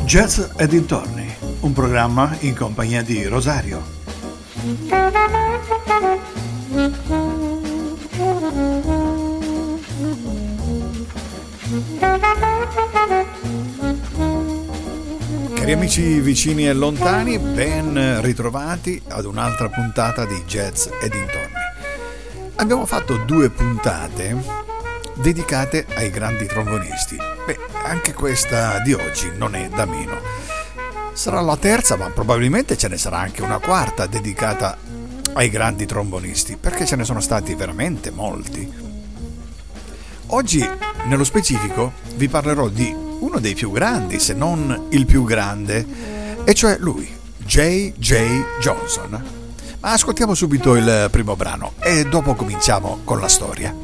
Jazz e dintorni, un programma in compagnia di Rosario. Cari amici vicini e lontani, ben ritrovati ad un'altra puntata di Jazz e dintorni. Abbiamo fatto 2 puntate dedicate ai grandi trombonisti. Anche questa di oggi non è da meno. Sarà la terza, ma probabilmente ce ne sarà anche una quarta dedicata ai grandi trombonisti, perché ce ne sono stati veramente molti. Oggi, nello specifico, vi parlerò di uno dei più grandi, se non il più grande, e cioè lui, J.J. Johnson. Ma ascoltiamo subito il primo brano e dopo cominciamo con la storia.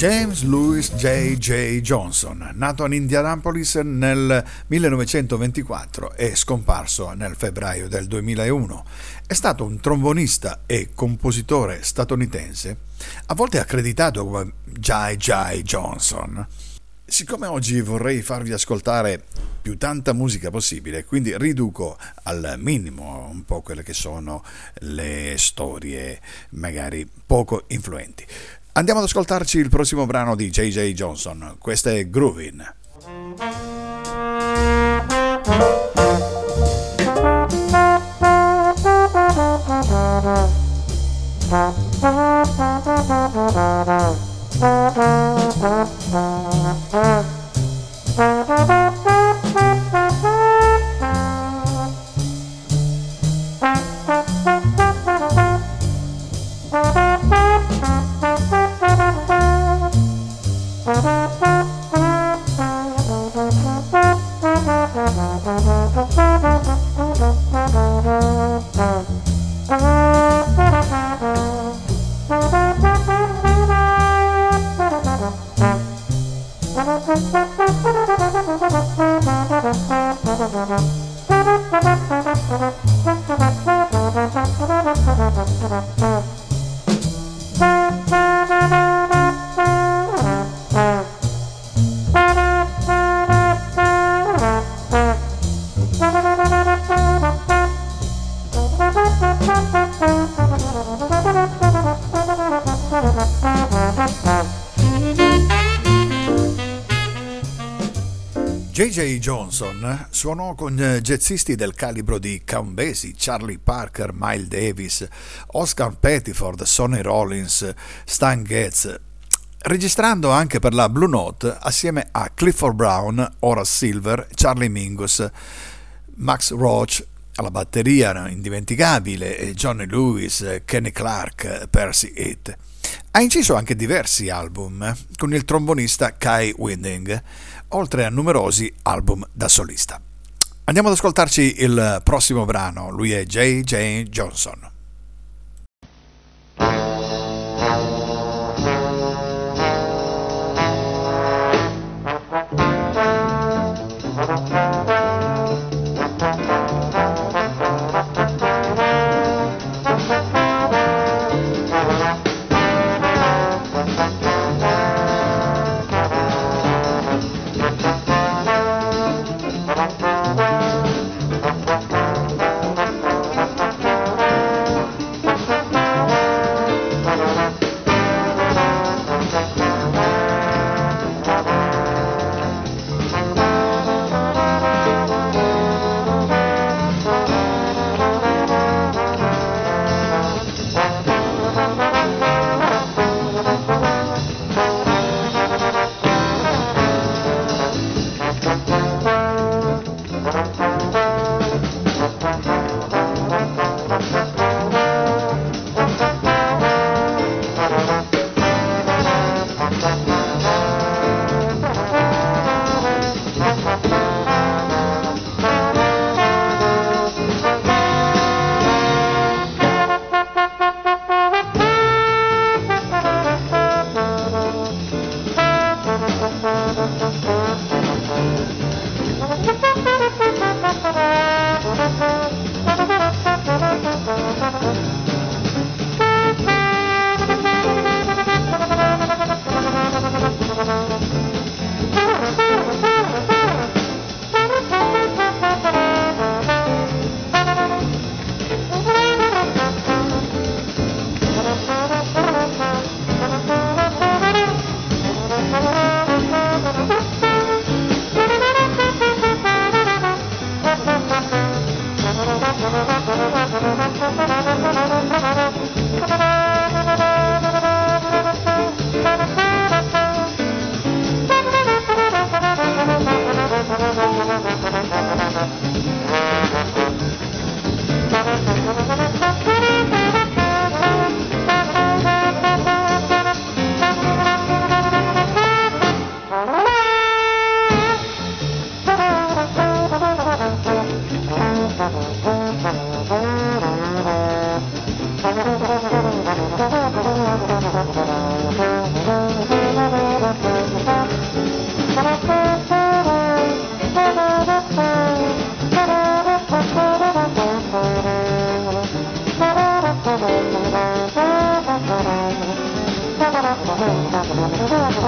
James Louis J. Johnson, nato a Indianapolis nel 1924 e scomparso nel febbraio del 2001, è stato un trombonista e compositore statunitense, a volte accreditato come J. Johnson. Siccome oggi vorrei farvi ascoltare più tanta musica possibile, quindi riduco al minimo un po' quelle che sono le storie magari poco influenti. Andiamo ad ascoltarci il prossimo brano di J. Johnson. Questo è Groovin'. J. Johnson suonò con jazzisti del calibro di Count Basie, Charlie Parker, Miles Davis, Oscar Pettiford, Sonny Rollins, Stan Getz, registrando anche per la Blue Note assieme a Clifford Brown, Horace Silver, Charlie Mingus, Max Roach alla batteria indimenticabile, Johnny Lewis, Kenny Clarke, Percy Heath. Ha inciso anche diversi album con il trombonista Kai Winding, oltre a numerosi album da solista. Andiamo ad ascoltarci il prossimo brano, lui è J. Johnson.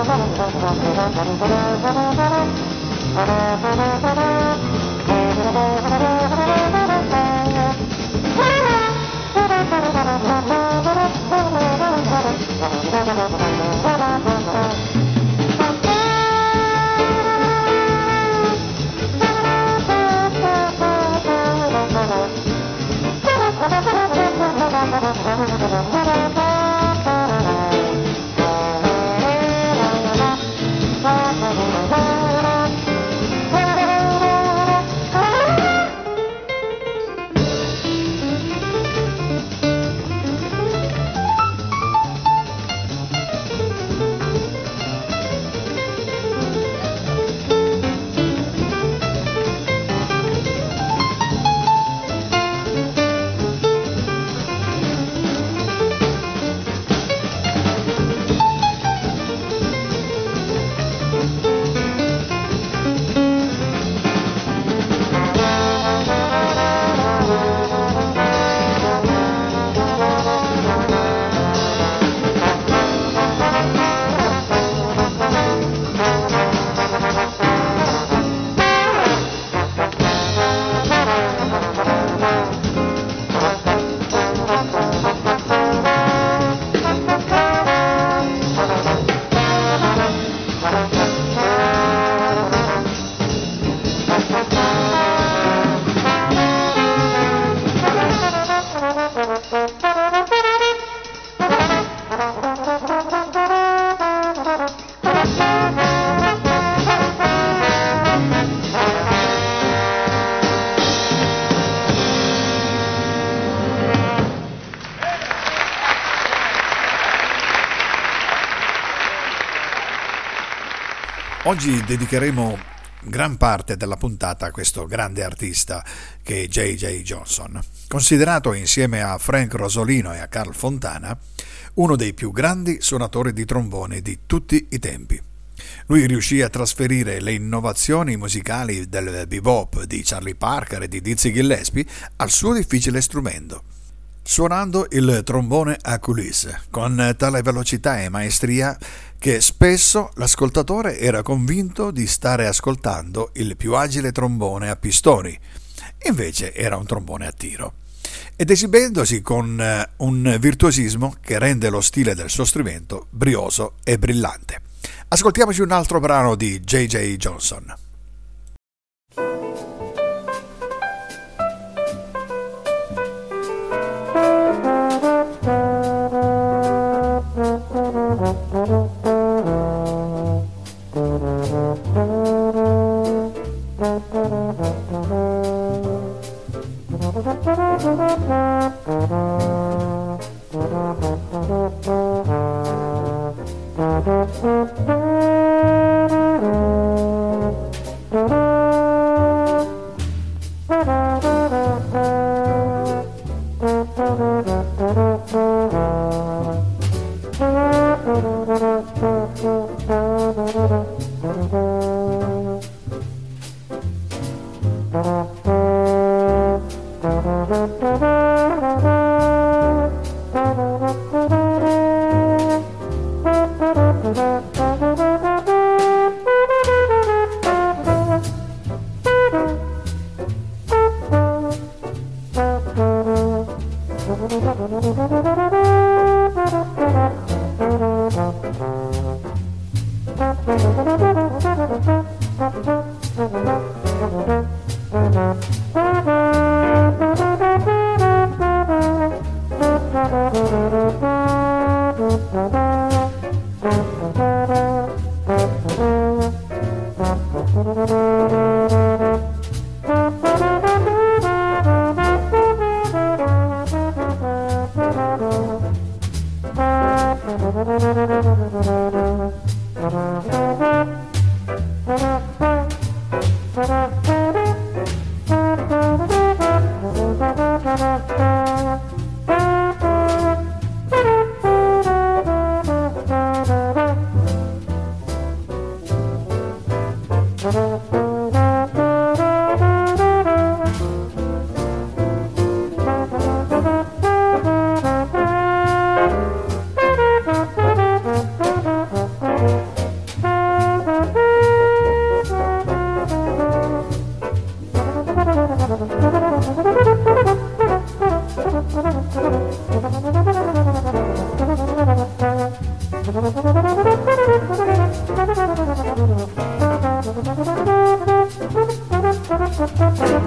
Oggi dedicheremo gran parte della puntata a questo grande artista che è J.J. Johnson, considerato insieme a Frank Rosolino e a Carl Fontana uno dei più grandi suonatori di trombone di tutti i tempi. Lui riuscì a trasferire le innovazioni musicali del bebop di Charlie Parker e di Dizzy Gillespie al suo difficile strumento, suonando il trombone a coulisse con tale velocità e maestria che spesso l'ascoltatore era convinto di stare ascoltando il più agile trombone a pistoni, invece era un trombone a tiro, ed esibendosi con un virtuosismo che rende lo stile del suo strumento brioso e brillante. Ascoltiamoci un altro brano di J.J. Johnson.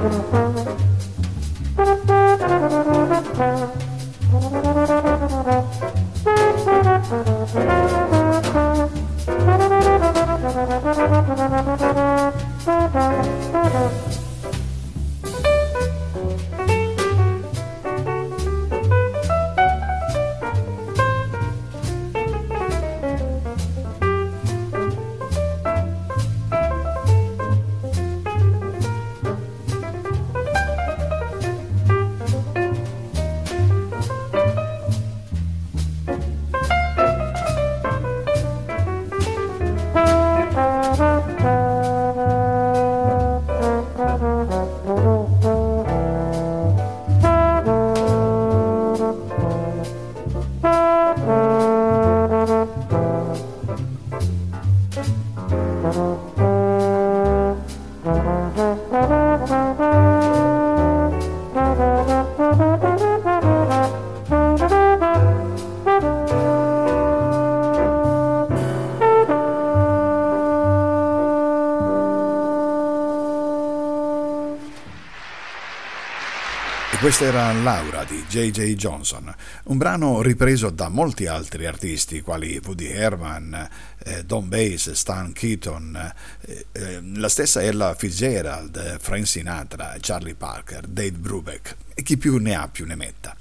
Questa era Laura di J.J. Johnson, un brano ripreso da molti altri artisti quali Woody Herman, Don Bass, Stan Keaton, la stessa Ella Fitzgerald, Frank Sinatra, Charlie Parker, Dave Brubeck e chi più ne ha più ne metta.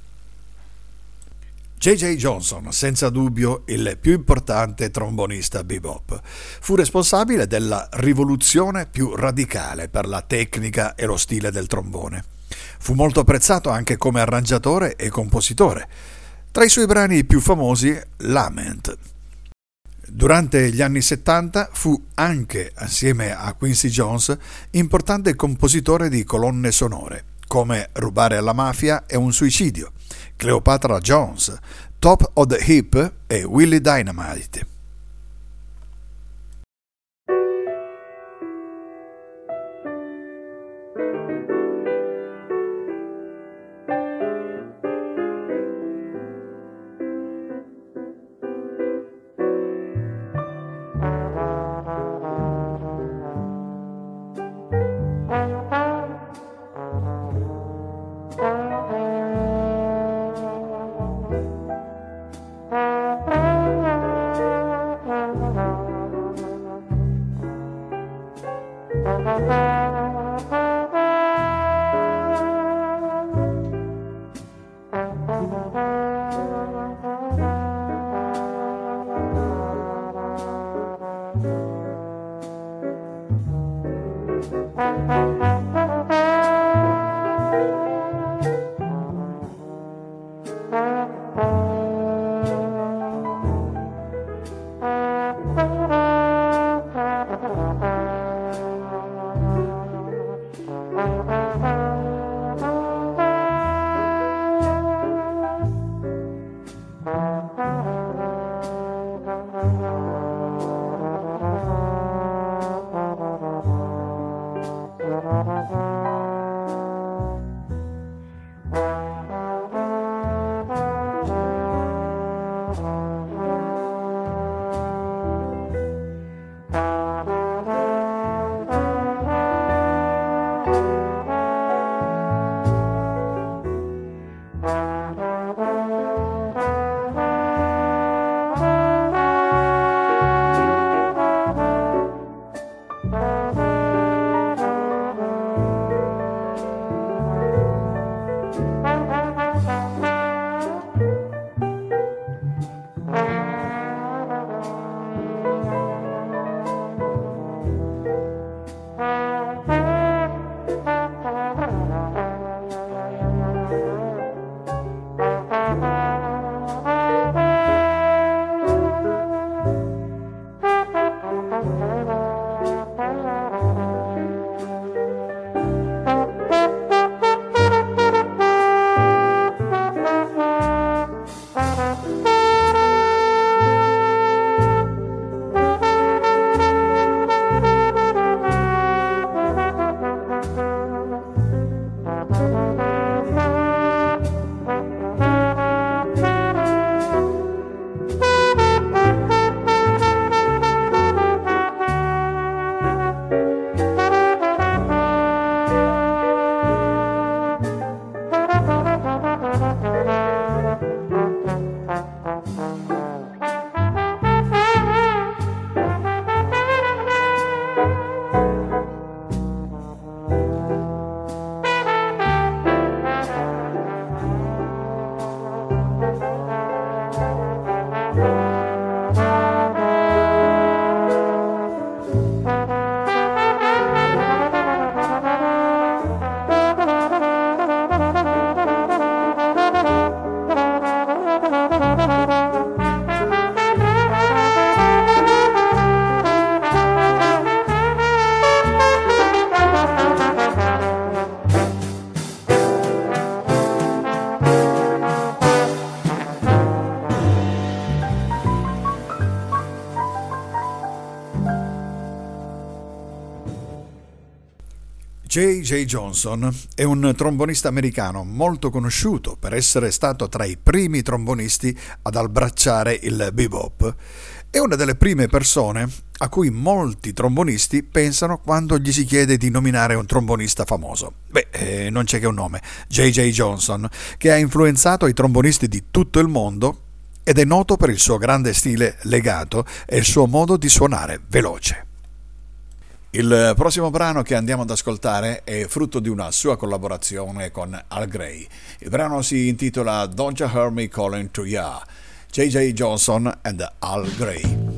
J.J. Johnson, senza dubbio il più importante trombonista bebop, fu responsabile della rivoluzione più radicale per la tecnica e lo stile del trombone. Fu molto apprezzato anche come arrangiatore e compositore. Tra i suoi brani più famosi, Lament. Durante gli anni 70 fu anche, assieme a Quincy Jones, importante compositore di colonne sonore, come Rubare alla mafia e Un suicidio, Cleopatra Jones, Top of the Hip e Willie Dynamite. J.J. Johnson è un trombonista americano molto conosciuto per essere stato tra i primi trombonisti ad abbracciare il bebop. È una delle prime persone a cui molti trombonisti pensano quando gli si chiede di nominare un trombonista famoso. Non c'è che un nome, J.J. Johnson, che ha influenzato i trombonisti di tutto il mondo ed è noto per il suo grande stile legato e il suo modo di suonare veloce. Il prossimo brano che andiamo ad ascoltare è frutto di una sua collaborazione con Al Grey. Il brano si intitola Don't You Hear Me Calling to Ya, J.J. Johnson and Al Grey.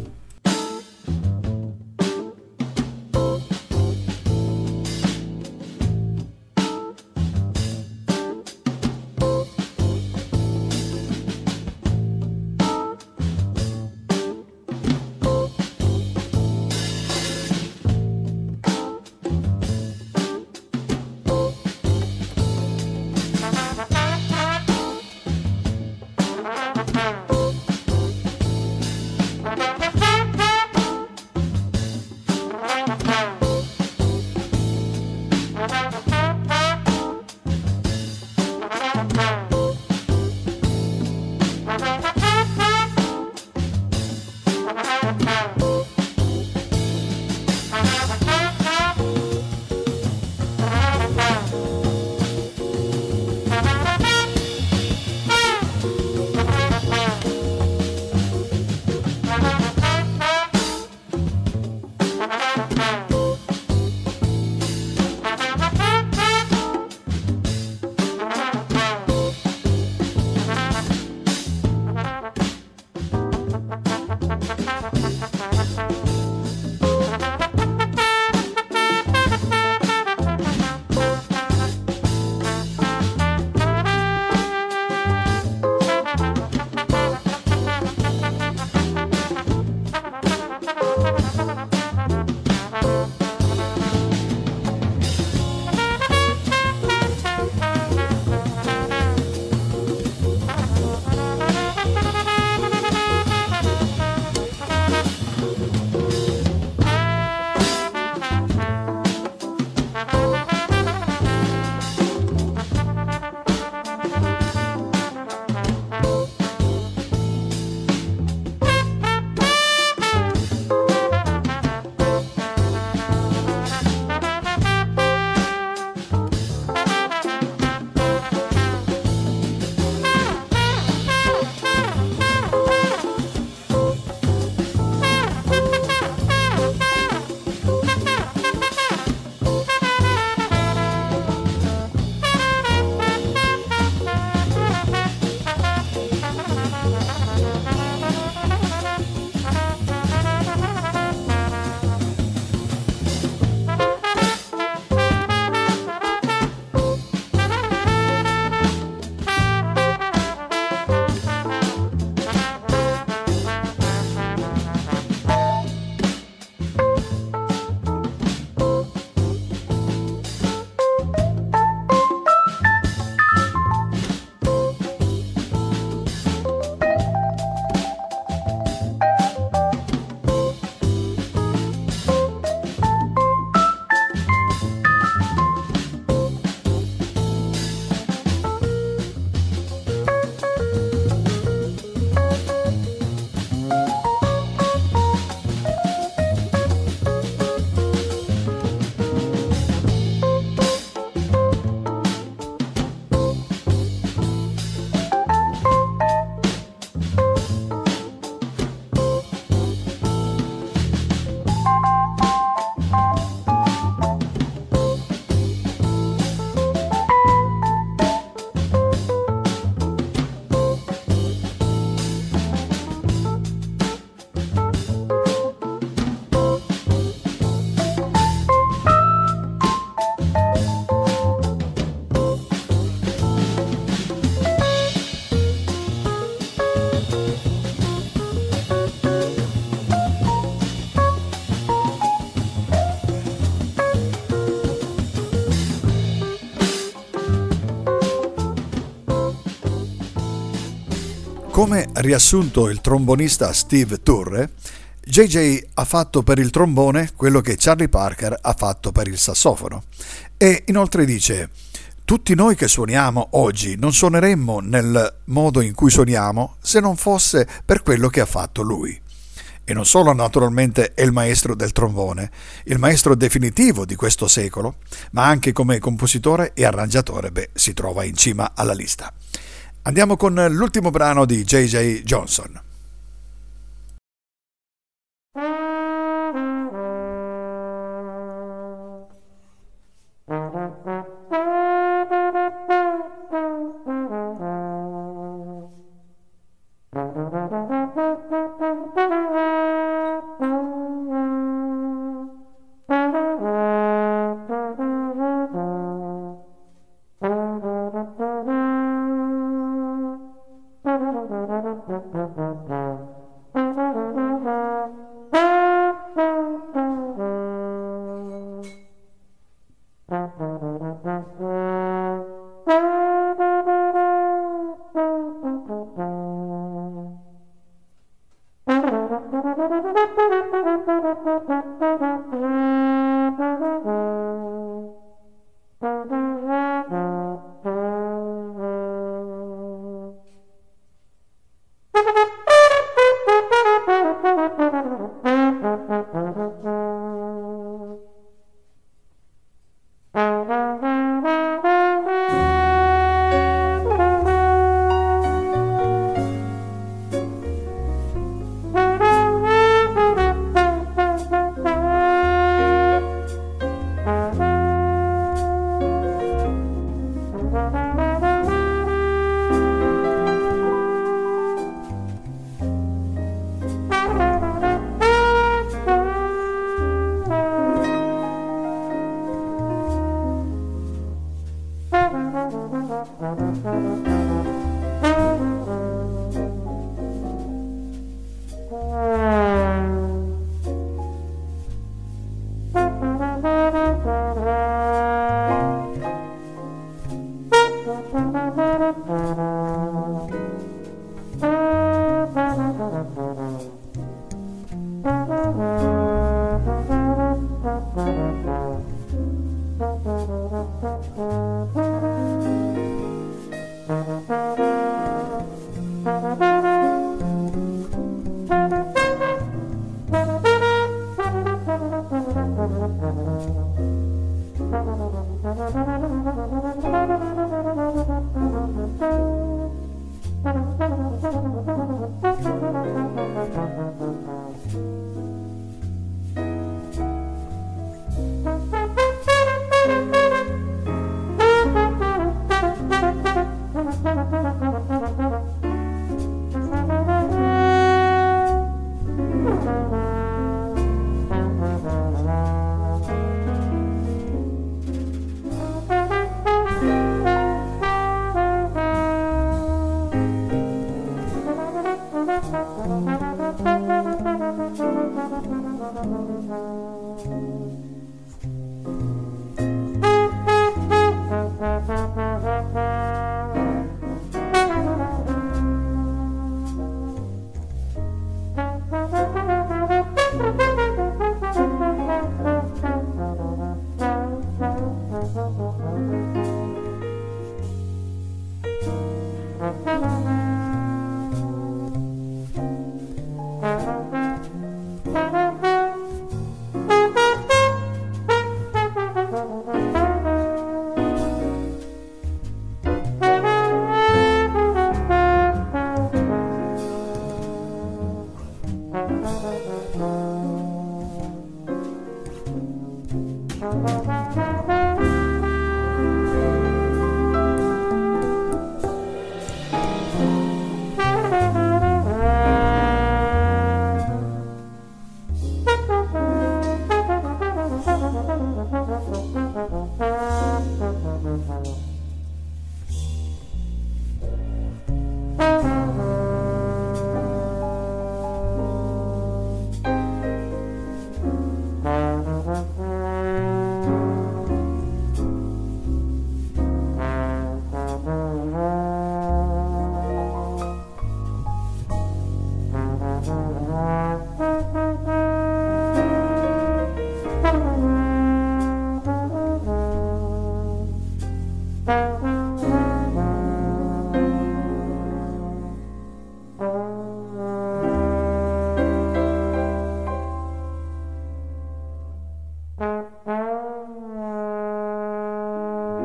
Come riassunto il trombonista Steve Turre, JJ ha fatto per il trombone quello che Charlie Parker ha fatto per il sassofono. E inoltre dice: tutti noi che suoniamo oggi non suoneremmo nel modo in cui suoniamo se non fosse per quello che ha fatto lui. E non solo naturalmente è il maestro del trombone, il maestro definitivo di questo secolo, ma anche come compositore e arrangiatore, si trova in cima alla lista. Andiamo con l'ultimo brano di J.J. Johnson.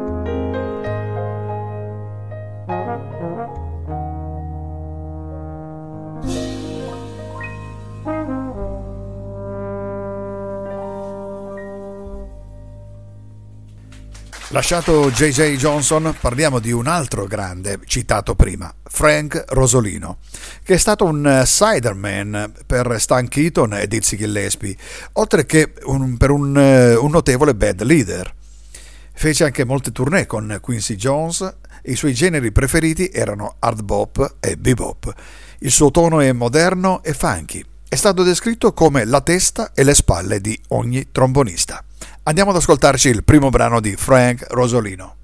Lasciato J.J. Johnson, parliamo di un altro grande citato prima, Frank Rosolino, che è stato un sideman per Stan Keaton e Dizzy Gillespie, oltre che per un notevole band leader. Fece anche molte tournée con Quincy Jones e i suoi generi preferiti erano hard bop e bebop. Il suo tono è moderno e funky. È stato descritto come la testa e le spalle di ogni trombonista. Andiamo ad ascoltarci il primo brano di Frank Rosolino.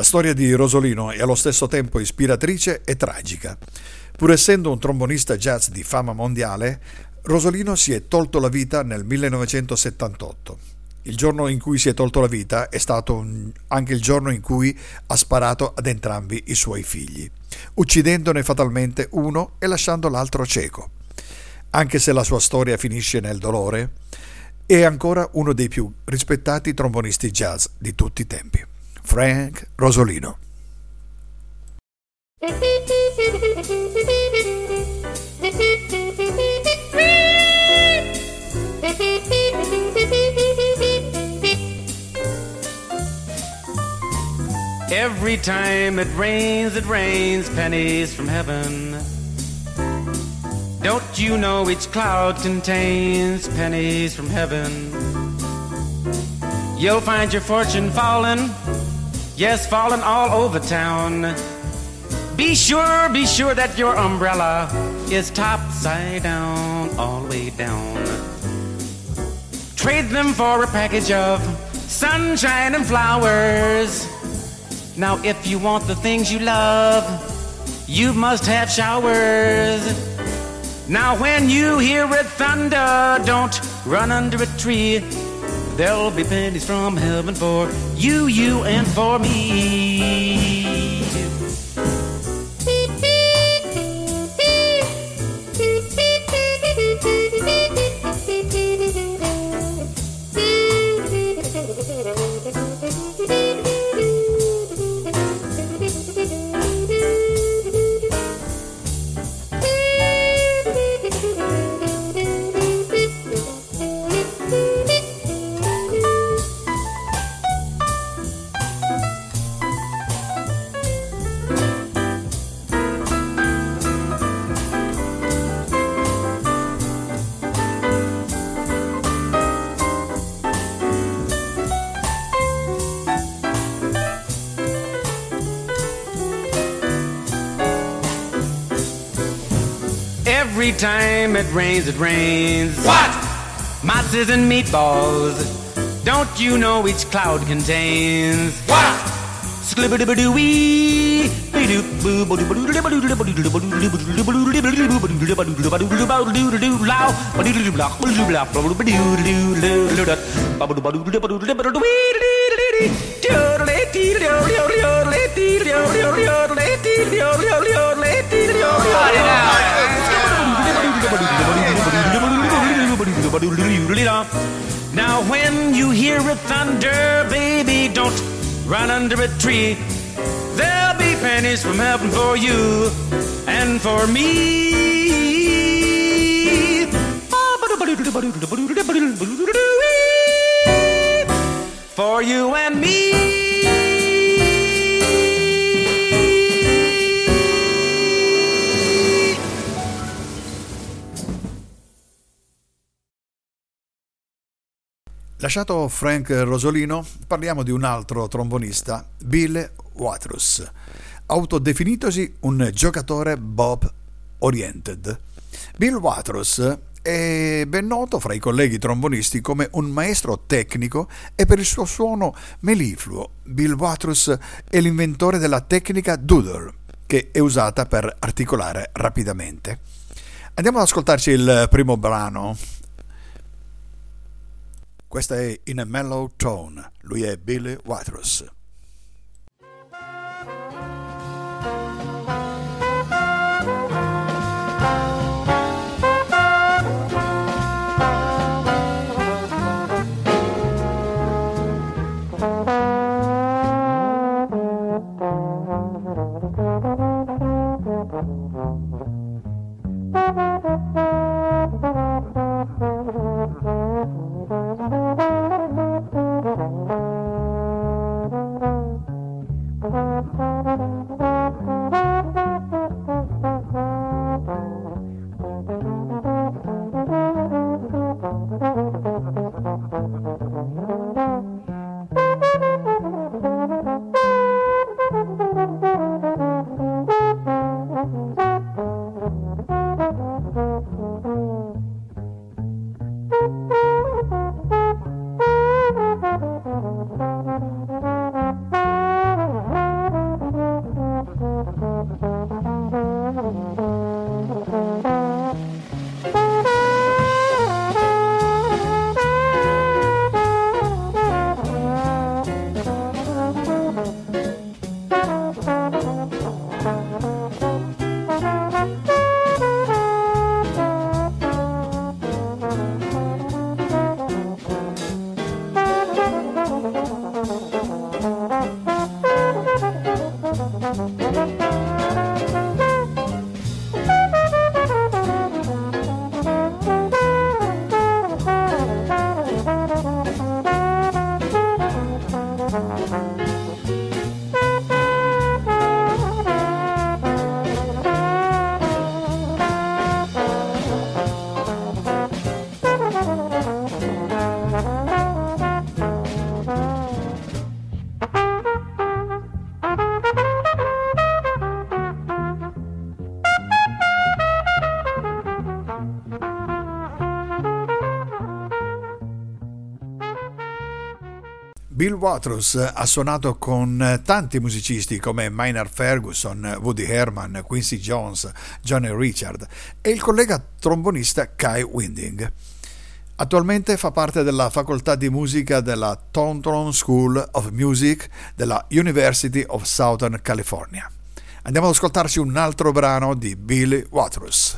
storia di Rosolino è allo stesso tempo ispiratrice e tragica. Pur essendo un trombonista jazz di fama mondiale, Rosolino si è tolto la vita nel 1978. Il giorno in cui si è tolto la vita è stato anche il giorno in cui ha sparato ad entrambi i suoi figli, uccidendone fatalmente uno e lasciando l'altro cieco. Anche se la sua storia finisce nel dolore, è ancora uno dei più rispettati trombonisti jazz di tutti i tempi. Frank Rosolino. Every time it rains pennies from heaven. Don't you know each cloud contains pennies from heaven? You'll find your fortune falling, yes, falling all over town. Be sure that your umbrella is topside down, all the way down. Trade them for a package of sunshine and flowers. Now if you want the things you love, you must have showers. Now when you hear it thunder, don't run under a tree. There'll be pennies from heaven for you and for me. Every time it rains, it rains. What? Matzahs and meatballs. Don't you know each cloud contains? What? Sklibidibidoo-wee. Now when you hear it thunder, baby, don't run under a tree. There'll be pennies from heaven for you and for me. For you and me. Lasciato Frank Rosolino, parliamo di un altro trombonista, Bill Watrous, autodefinitosi un giocatore Bob oriented. Bill Watrous è ben noto fra i colleghi trombonisti come un maestro tecnico e per il suo suono mellifluo. Bill Watrous è l'inventore della tecnica doodle, che è usata per articolare rapidamente. Andiamo ad ascoltarci il primo brano. Questa è In a Mellow Tone, lui è Bill Watrous. Bill Watrous ha suonato con tanti musicisti come Maynard Ferguson, Woody Herman, Quincy Jones, Johnny Richard e il collega trombonista Kai Winding. Attualmente fa parte della facoltà di musica della Taunton School of Music della University of Southern California. Andiamo ad ascoltarci un altro brano di Bill Watrous.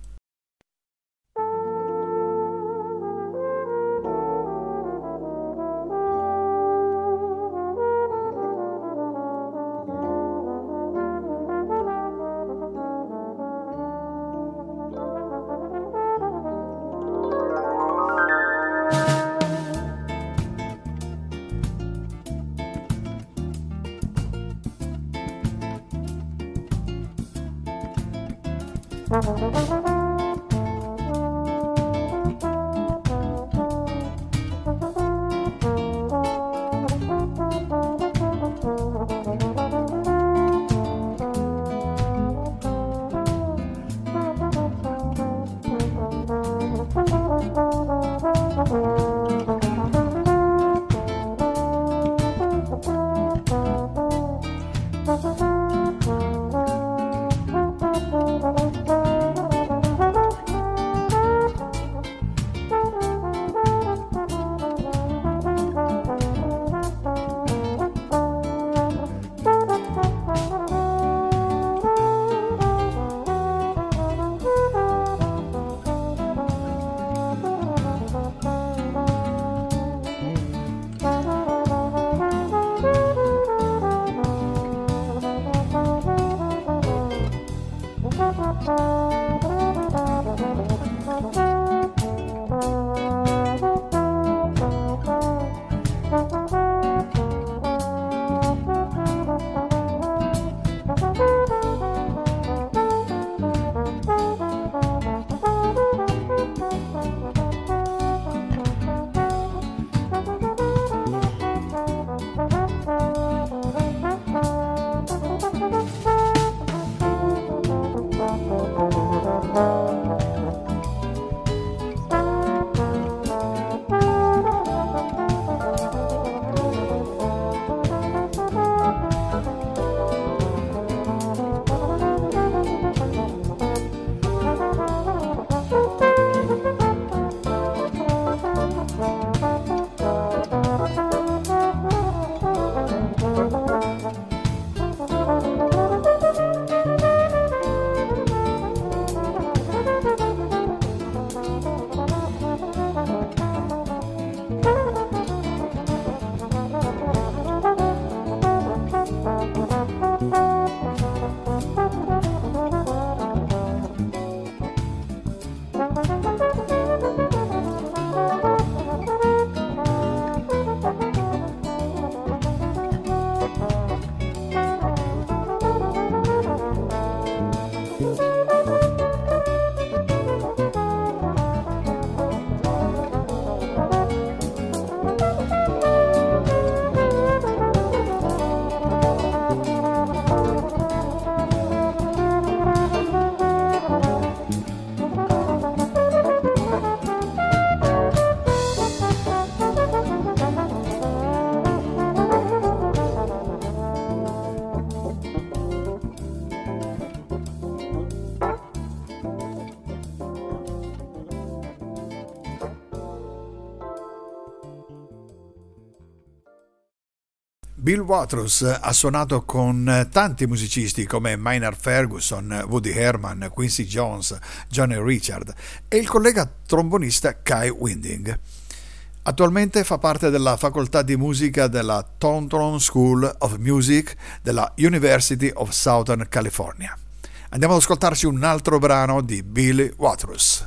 Bill Watrous ha suonato con tanti musicisti come Maynard Ferguson, Woody Herman, Quincy Jones, Johnny Richard e il collega trombonista Kai Winding. Attualmente fa parte della facoltà di musica della Taunton School of Music della University of Southern California. Andiamo ad ascoltarci un altro brano di Bill Watrous.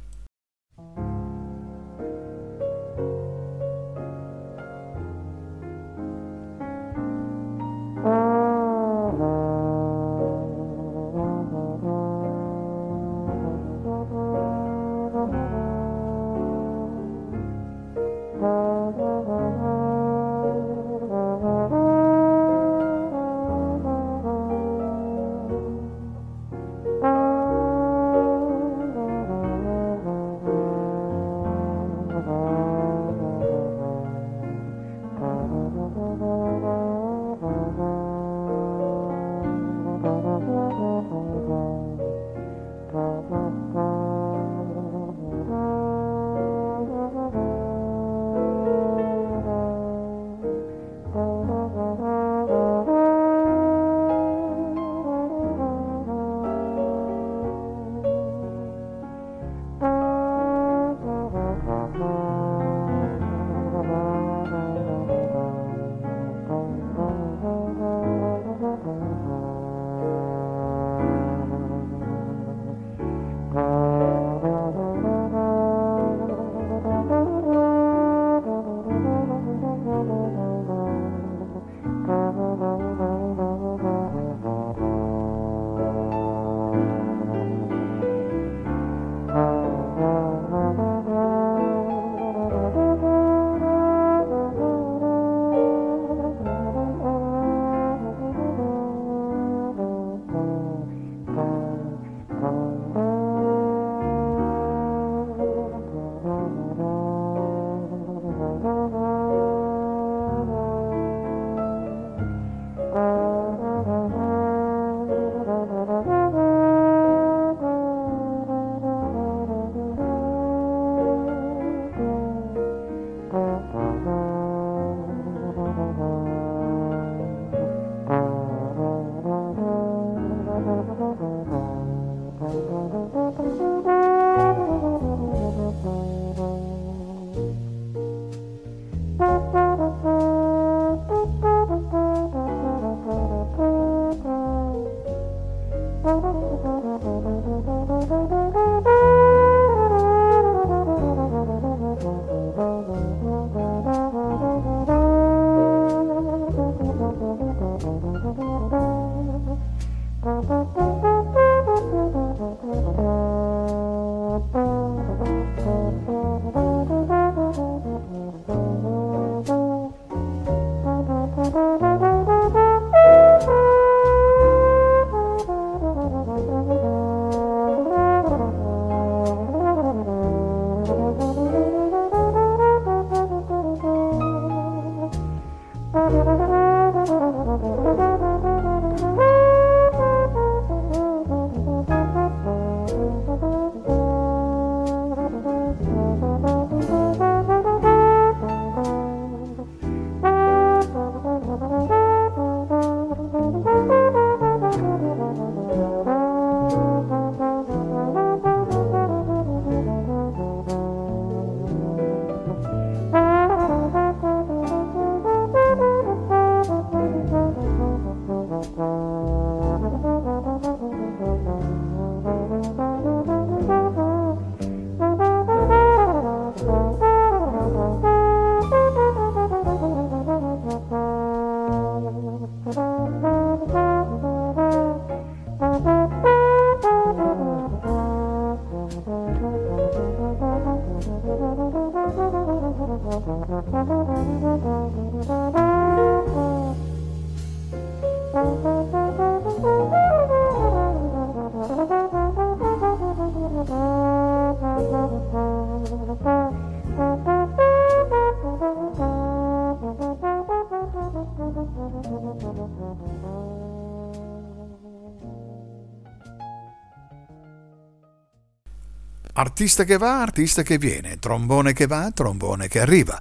Artista che va, artista che viene, trombone che va, trombone che arriva.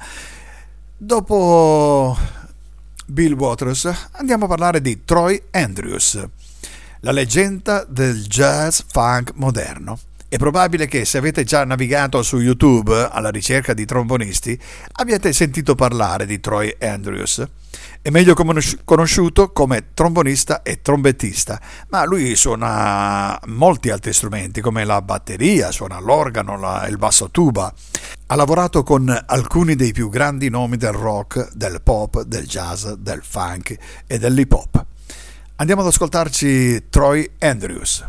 Dopo Bill Watrous andiamo a parlare di Troy Andrews, la leggenda del jazz funk moderno. È probabile che se avete già navigato su YouTube alla ricerca di trombonisti abbiate sentito parlare di Troy Andrews. È meglio conosciuto come trombonista e trombettista, ma lui suona molti altri strumenti come la batteria, suona l'organo, il basso tuba. Ha lavorato con alcuni dei più grandi nomi del rock, del pop, del jazz, del funk e dell'hip hop. Andiamo ad ascoltarci Troy Andrews.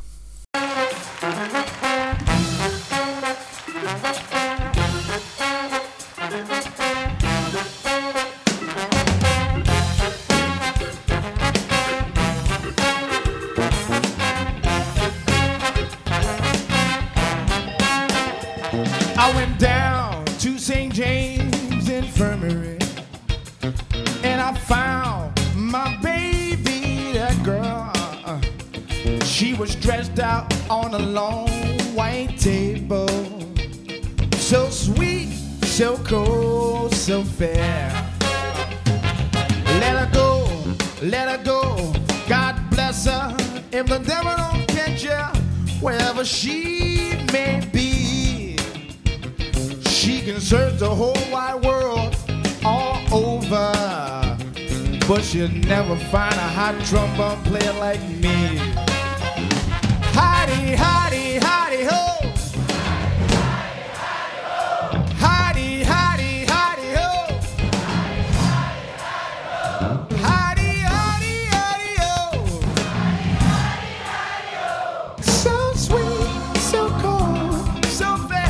I went down to St. James Infirmary and I found my baby, that girl. She was dressed out on a long white table, so sweet, so cold, so fair. Let her go, let her go, God bless her. If the devil don't catch her, wherever she may be, she can search the whole wide world all over, but she'll never find a hot trombone player like me. Hidey, hidey, hidey, ho! Hidey, hidey, hidey, ho! Hidey, hidey, hidey, ho! So sweet, so cold, so fair.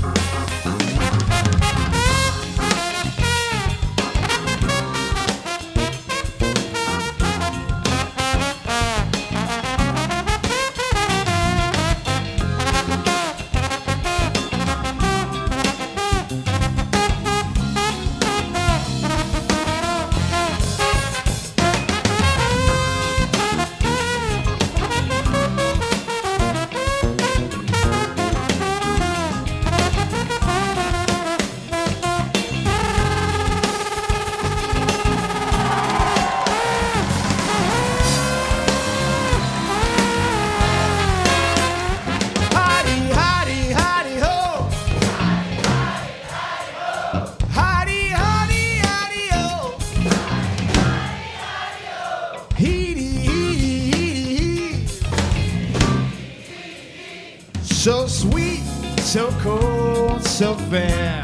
So sweet, so cold, so fair.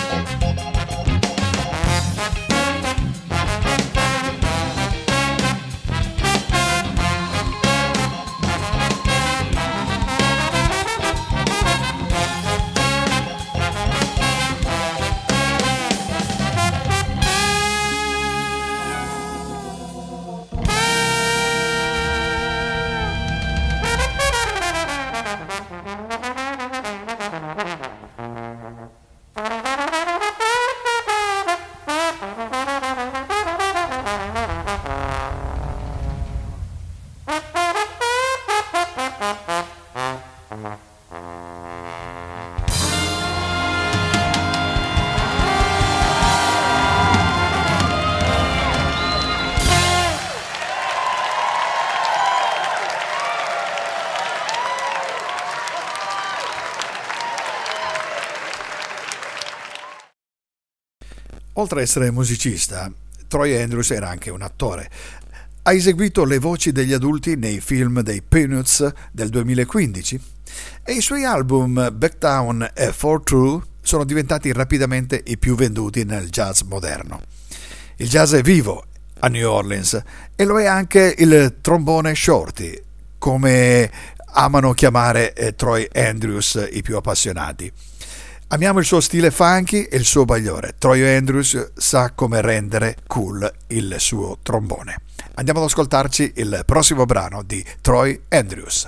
Oltre ad essere musicista, Troy Andrews era anche un attore. Ha eseguito le voci degli adulti nei film dei Peanuts del 2015 e i suoi album Backtown e For True sono diventati rapidamente i più venduti nel jazz moderno. Il jazz è vivo a New Orleans e lo è anche il trombone shorty, come amano chiamare Troy Andrews i più appassionati. Amiamo il suo stile funky e il suo bagliore. Troy Andrews sa come rendere cool il suo trombone. Andiamo ad ascoltarci il prossimo brano di Troy Andrews.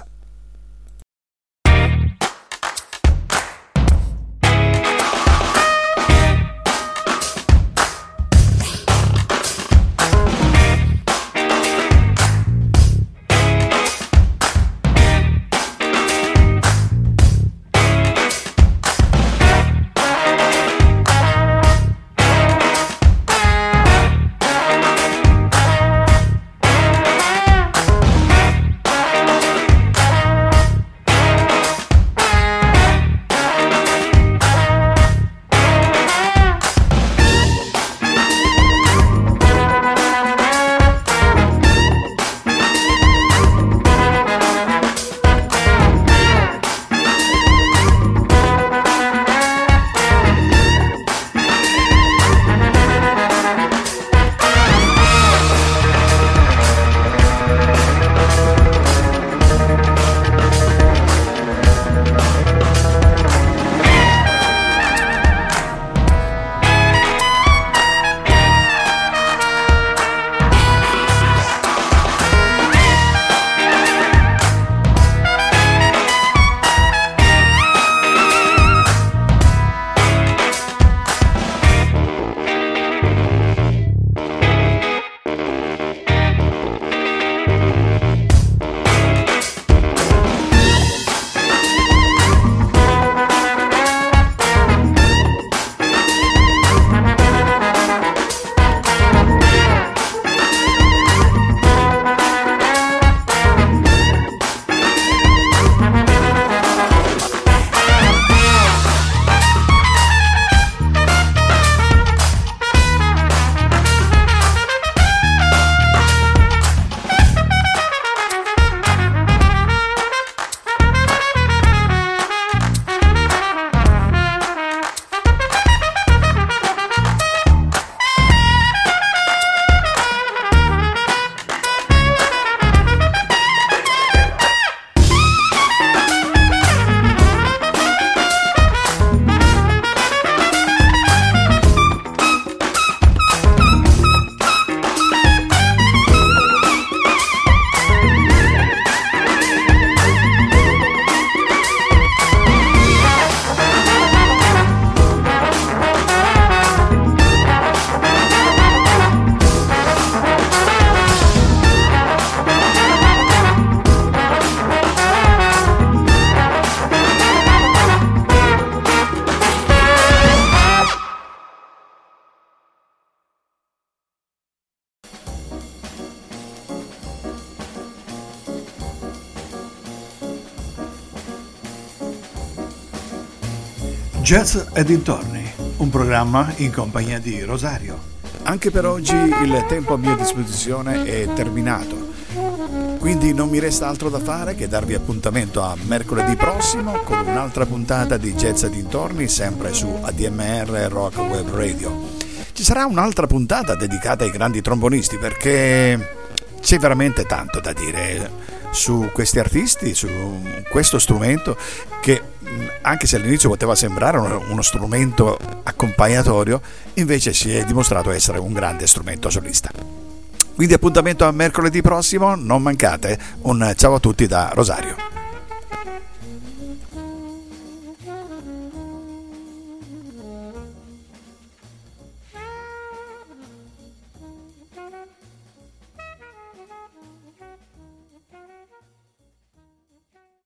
Jazz e dintorni, un programma in compagnia di Rosario. Anche per oggi il tempo a mia disposizione è terminato, quindi non mi resta altro da fare che darvi appuntamento a mercoledì prossimo con un'altra puntata di Jazz e dintorni, sempre su ADMR Rock Web Radio. Ci sarà un'altra puntata dedicata ai grandi trombonisti, perché c'è veramente tanto da dire su questi artisti, su questo strumento che, anche se all'inizio poteva sembrare uno strumento accompagnatorio, invece si è dimostrato essere un grande strumento solista. Quindi appuntamento a mercoledì prossimo, non mancate. Un ciao a tutti da Rosario.